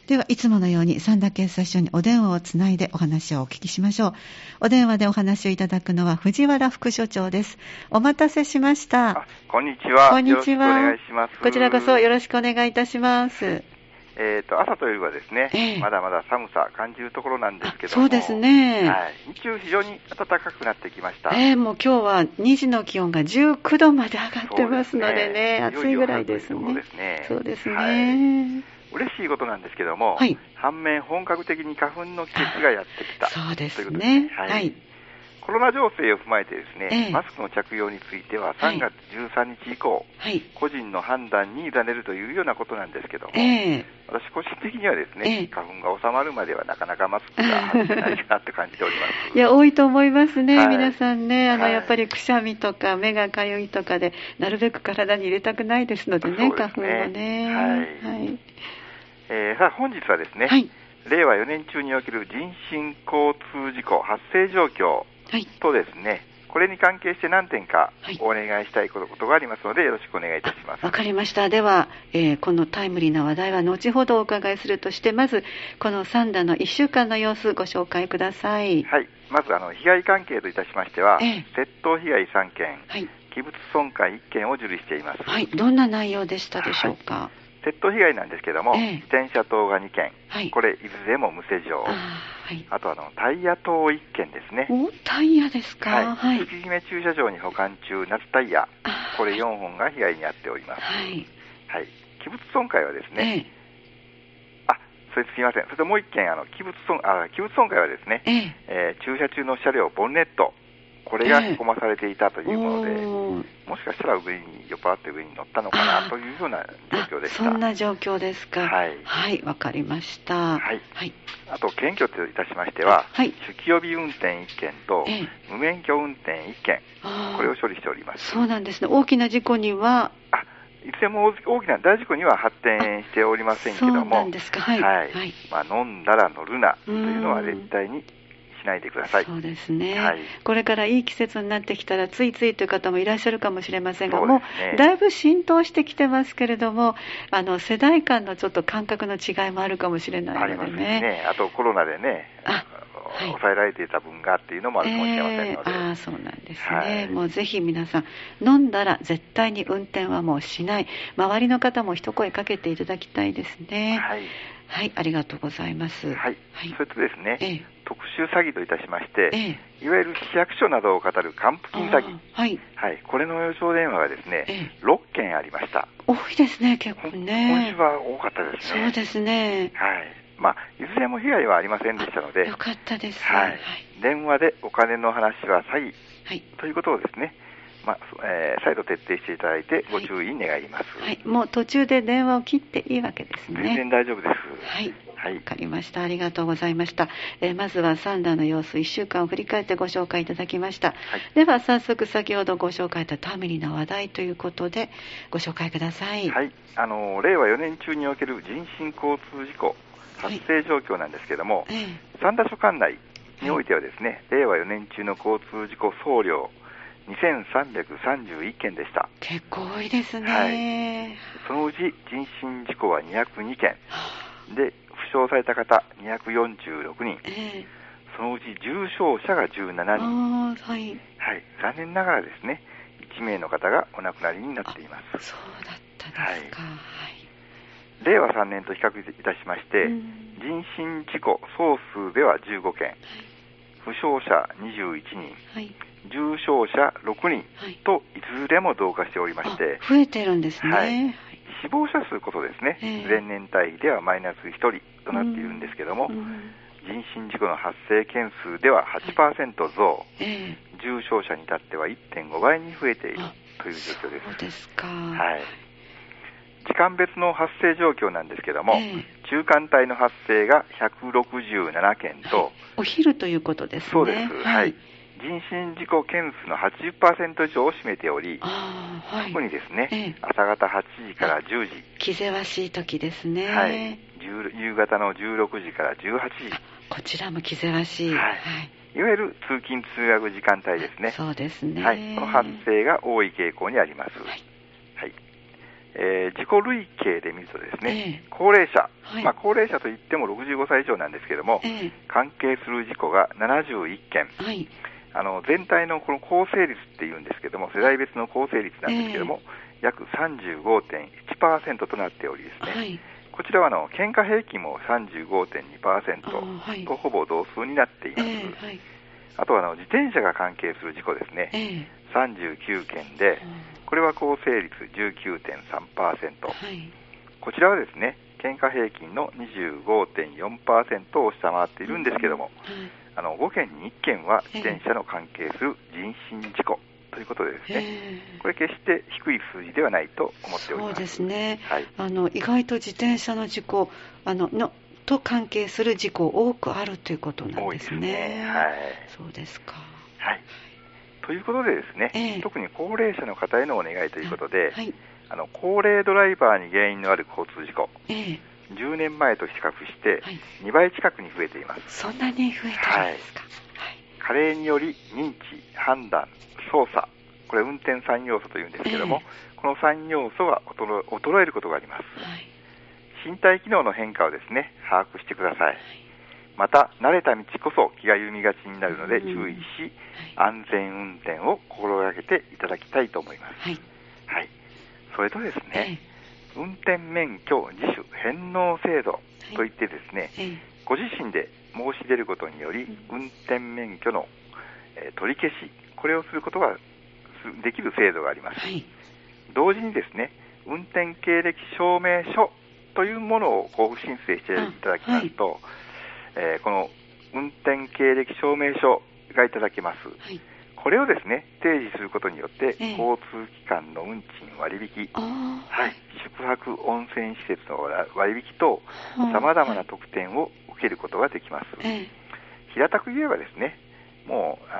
ではいつものように三田警察署にお電話をつないでお話をお聞きしましょう。お電話でお話をいただくのは藤原副署長です。お待たせしました。 こんにちは。 こんにちは。 よろしくお願いします。 こちらこそよろしくお願いいたします。 朝と夜はですね、まだまだ寒さ感じるところなんですけども。 そうですね。 はい。日中非常に暖かくなってきました。 もう今日は2時の気温が19度まで上がってますのでね、暑いぐらいですね。そうですね。はい、 嬉しいことなんですけども、 はい、 反面本格的に花粉の季節がやってきた。 そうですね。 ということですね。はい。コロナ情勢を踏まえてですね、マスクの着用については3月13日以降、個人の判断に委ねるというようなことなんですけども、私個人的にはですね、花粉が収まるまではなかなかマスクが外せないかなって感じております。 いや、多いと思いますね、皆さんね。やっぱりくしゃみとか目がかゆいとかで、なるべく体に入れたくないですのでね、花粉をね。 さあ本日はですね、令和4年中における人身交通事故発生状況とですね、これに関係して何点かお願いしたいことがありますので、よろしくお願いいたします。 わかりました。では、このタイムリーな話題は後ほどお伺いするとして、まずこの三田の1週間の様子ご紹介ください。 はい。まず被害関係といたしましては、窃盗被害3件、器物損壊1件を受理しています。 はい。どんな内容でしたでしょうか。 窃盗被害なんですけども、自転車盗が2件、これいずれも無施錠。あとタイヤ盗1件ですね。 タイヤですか。 はい。月決駐車場に保管中夏タイヤ、これ4本が被害に遭っております。はい。器物損壊はですね、それすみません。それともう1件器物損壊はですね、駐車中の車両ボンネット、これがへこまされていたというもので、もしかしたら上に酔っ払って上に乗ったのかなというような状況でした。 そんな状況ですか。はい、わかりました。はい。 あと検挙といたしましては、酒気帯び運転1件と無免許運転1件、これを処理しております。 そうなんですね。大きな事故にいつでも大きな大事故には発展しておりませんけども、 そうなんですか。 飲んだら乗るなというのは絶対にしないでください。 そうですね。これからいい季節になってきたらついついという方もいらっしゃるかもしれませんが、もうだいぶ浸透してきてますけれども、世代間のちょっと感覚の違いもあるかもしれないのでね。 ありますね。あとコロナでね、抑えられていた分がっていうのもあるかもしれませんので。 そうなんですね。もうぜひ皆さん、飲んだら絶対に運転はもうしない。周りの方も一声かけていただきたいですね。はい、ありがとうございます。 それとですね、特殊詐欺といたしまして、いわゆる市役所などを語る還付金詐欺、これの予兆電話がですね、6件ありました。 多いですね、結構ね。 今週は多かったですね。 そうですね。 いずれも被害はありませんでしたので、 よかったです。 電話でお金の話は詐欺ということをですね、再度徹底していただいてご注意願います。 もう途中で電話を切っていいわけですね。 全然大丈夫です。わかりました。ありがとうございました。まずは三田の様子1週間を振り返ってご紹介いただきました。では早速先ほどご紹介したタイムリーな話題ということでご紹介ください。 令和4年中における人身交通事故発生状況なんですけれども、三田署管内においてはですね、令和4年中の交通事故総量2331件でした。結構多いですね。 そのうち人身事故は202件で、負傷された方246人、そのうち重傷者が17人、残念ながらですね、1名の方がお亡くなりになっています。 そうだったですか。 令和3年と比較いたしまして、人身事故総数では15件、負傷者21人、重傷者6人といずれも増加しておりまして、 増えてるんですね。 死亡者数こそですね、前年対比ではマイナス1人となっているんですけども、人身事故の発生件数では 8% 増、重傷者に至っては 1.5 倍に増えているという状況です。 そうですか。 時間別の発生状況なんですけども、中間帯の発生が167件と、 お昼ということですね。 そうです。人身事故件数の 80% 以上を占めており、特にですね、朝方8時から10時、 気ぜわしい時ですね。 夕方の16時から18時、 こちらも気ぜわしい。 いわゆる通勤通学時間帯ですね。 そうですね。 この発生が多い傾向にあります。 自己累計で見るとですね、高齢者、高齢者といっても65歳以上なんですけども、関係する事故が71件、全体のこの構成率っていうんですけども、世代別の構成率なんですけども、約 35.1% となっておりですね、こちらは喧嘩平均も 35.2% とほぼ同数になっています。あとは自転車が関係する事故ですね、39件で、これは構成率 19.3%、こちらはですね、喧嘩平均の 25.4% を下回っているんですけども、5件に1件は自転車の関係する人身事故ということでですね、これ決して低い数字ではないと思っております。 そうですね、意外と自転車の事故と関係する事故多くあるということなんですね。 多いですね。 そうですか。 ということでですね、特に高齢者の方へのお願いということで、高齢ドライバーに原因のある交通事故、10年前と比較して2倍近くに増えています。 そんなに増えてるんですか。 加齢により認知、判断、操作、これ運転3要素というんですけども、この3要素が衰えることがあります。身体機能の変化をですね、把握してください。また慣れた道こそ気が緩みがちになるので注意し、安全運転を心がけていただきたいと思います。それとですね、運転免許自主返納制度といってですね、ご自身で申し出ることにより、運転免許の取り消し、これをすることができる制度があります。同時にですね、運転経歴証明書というものを交付申請していただきますと、この運転経歴証明書がいただけます。これをですね、提示することによって、交通機関の運賃割引、宿泊温泉施設の割引等、様々な特典を受けることができます。平たく言えばですね、もう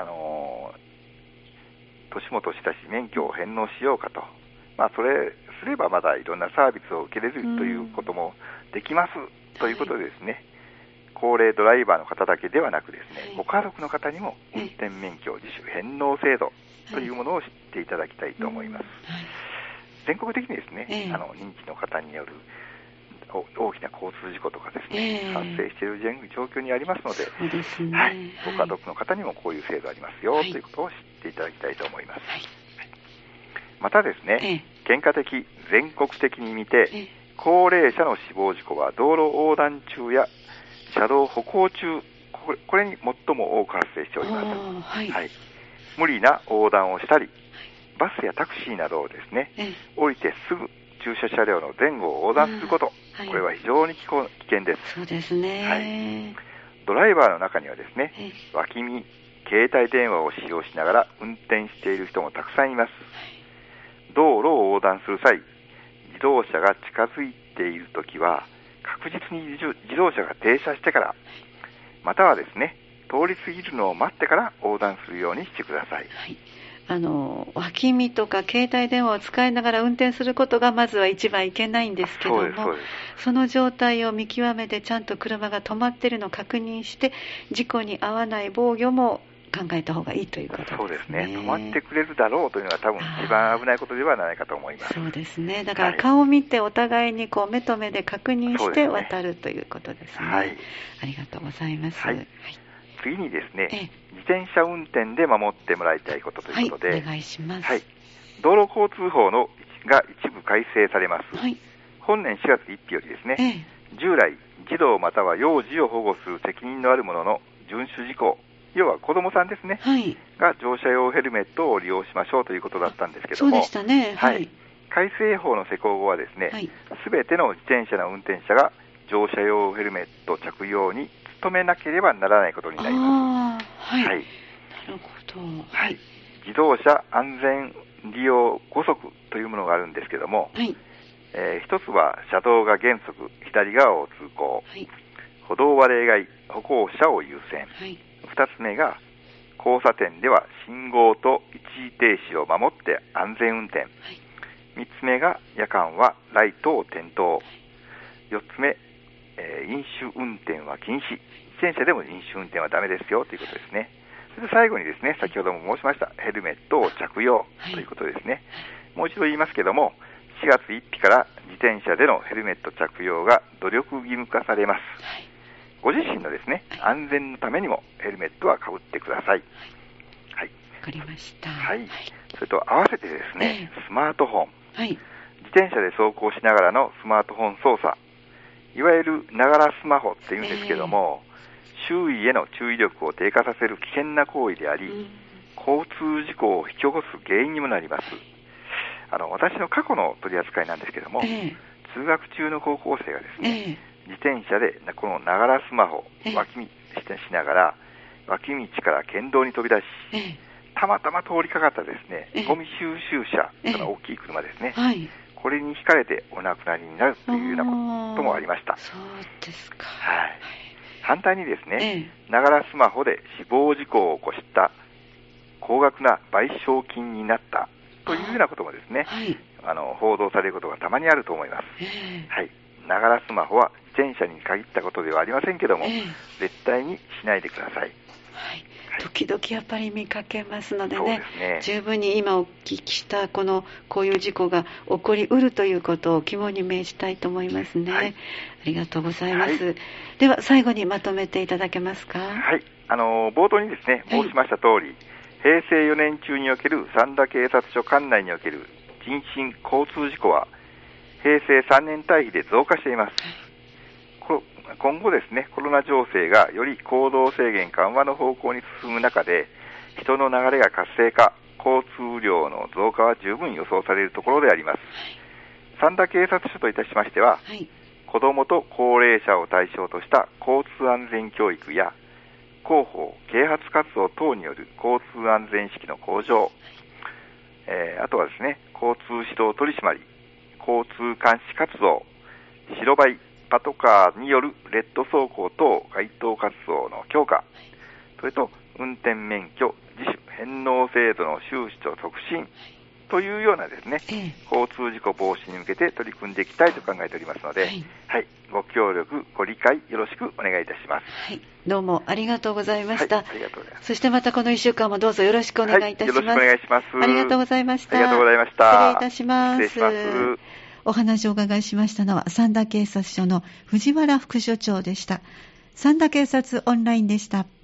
年も年だし免許を返納しようかと、それすればまだいろんなサービスを受けれるということもできますということでですね、高齢ドライバーの方だけではなくですね、ご家族の方にも運転免許自主返納制度というものを知っていただきたいと思います。全国的にですね、認知の方による大きな交通事故とかですね、発生している状況にありますので、ご家族の方にもこういう制度ありますよということを知っていただきたいと思います。またですね、結果的、全国的に見て、高齢者の死亡事故は道路横断中や車道歩行中、これに最も多く発生しております。無理な横断をしたり、バスやタクシーなどをですね、降りてすぐ駐車車両の前後を横断すること、これは非常に危険です。 そうですね。 ドライバーの中にはですね、脇見、携帯電話を使用しながら運転している人もたくさんいます。道路を横断する際、自動車が近づいているときは、確実に自動車が停車してから、またはですね、通り過ぎるのを待ってから横断するようにしてください。 脇見とか携帯電話を使いながら運転することがまずは一番いけないんですけども、その状態を見極めてちゃんと車が止まっているのを確認して事故に遭わない防御も考えた方がいいということですね。 そうですね。止まってくれるだろうというのが多分一番危ないことではないかと思います。 そうですね。だから顔を見てお互いに目と目で確認して渡るということですね。ありがとうございます。 次にですね、自転車運転で守ってもらいたいことということで、 お願いします。 道路交通法が一部改正されます。本年4月1日よりですね、従来児童または幼児を保護する責任のある者の遵守事項、要は子どもさんですね、が乗車用ヘルメットを利用しましょうということだったんですけども、 そうでしたね。 改正法の施行後はですね、すべての自転車の運転者が乗車用ヘルメット着用に努めなければならないことになります。 なるほど。 自動車安全利用5則というものがあるんですけども、一つは車道が原則左側を通行、歩道は例外、歩行者を優先、二つ目が交差点では信号と一時停止を守って安全運転、三つ目が夜間はライトを点灯、四つ目、飲酒運転は禁止、自転車でも飲酒運転はダメですよということですね。それで最後にですね、先ほども申しましたヘルメットを着用ということですね。もう一度言いますけども、 4月1日から自転車でのヘルメット着用が努力義務化されます。ご自身のですね、安全のためにもヘルメットはかぶってください。 はい。わかりました。 はい。それと合わせてですね、スマートフォン。 はい。 自転車で走行しながらのスマートフォン操作。いわゆるながらスマホっていうんですけども、周囲への注意力を低下させる危険な行為であり、交通事故を引き起こす原因にもなります。私の過去の取り扱いなんですけども、通学中の高校生がですね、自転車でこのながらスマホ脇見しながら脇道から県道に飛び出し、たまたま通りかかったですね、ゴミ収集車、大きい車ですね、これにひかれてお亡くなりになるというようなこともありました。 そうですか。 はい。反対にですね、ながらスマホで死亡事故を起こした高額な賠償金になったというようなこともですね、報道されることがたまにあると思います。はい。ながらスマホは自転車に限ったことではありませんけども、絶対にしないでください。 時々やっぱり見かけますのでね、十分に今お聞きしたこういう事故が起こりうるということを肝に銘じたいと思いますね。ありがとうございます。では最後にまとめていただけますか。 はい。冒頭にですね、申しました通り、平成4年中における三田警察署管内における人身交通事故は平成3年対比で増加しています。今後ですね、コロナ情勢がより行動制限緩和の方向に進む中で、人の流れが活性化、交通量の増加は十分予想されるところであります。三田警察署といたしましては、子どもと高齢者を対象とした交通安全教育や広報、啓発活動等による交通安全意識の向上、あとはですね、交通指導取締り、交通監視活動、白バイ、パトカーによるレッド走行等街頭活動の強化、それと運転免許自主返納制度の周知と促進というようなですね、交通事故防止に向けて取り組んでいきたいと考えておりますので、ご協力ご理解よろしくお願いいたします。 どうもありがとうございました。 ありがとうございます。 そしてまたこの1週間もどうぞよろしくお願いいたします。 よろしくお願いします。 ありがとうございました。 ありがとうございました。 失礼いたします。 失礼します。 お話をお伺いしましたのは三田警察署の藤原副署長でした。三田警察オンラインでした。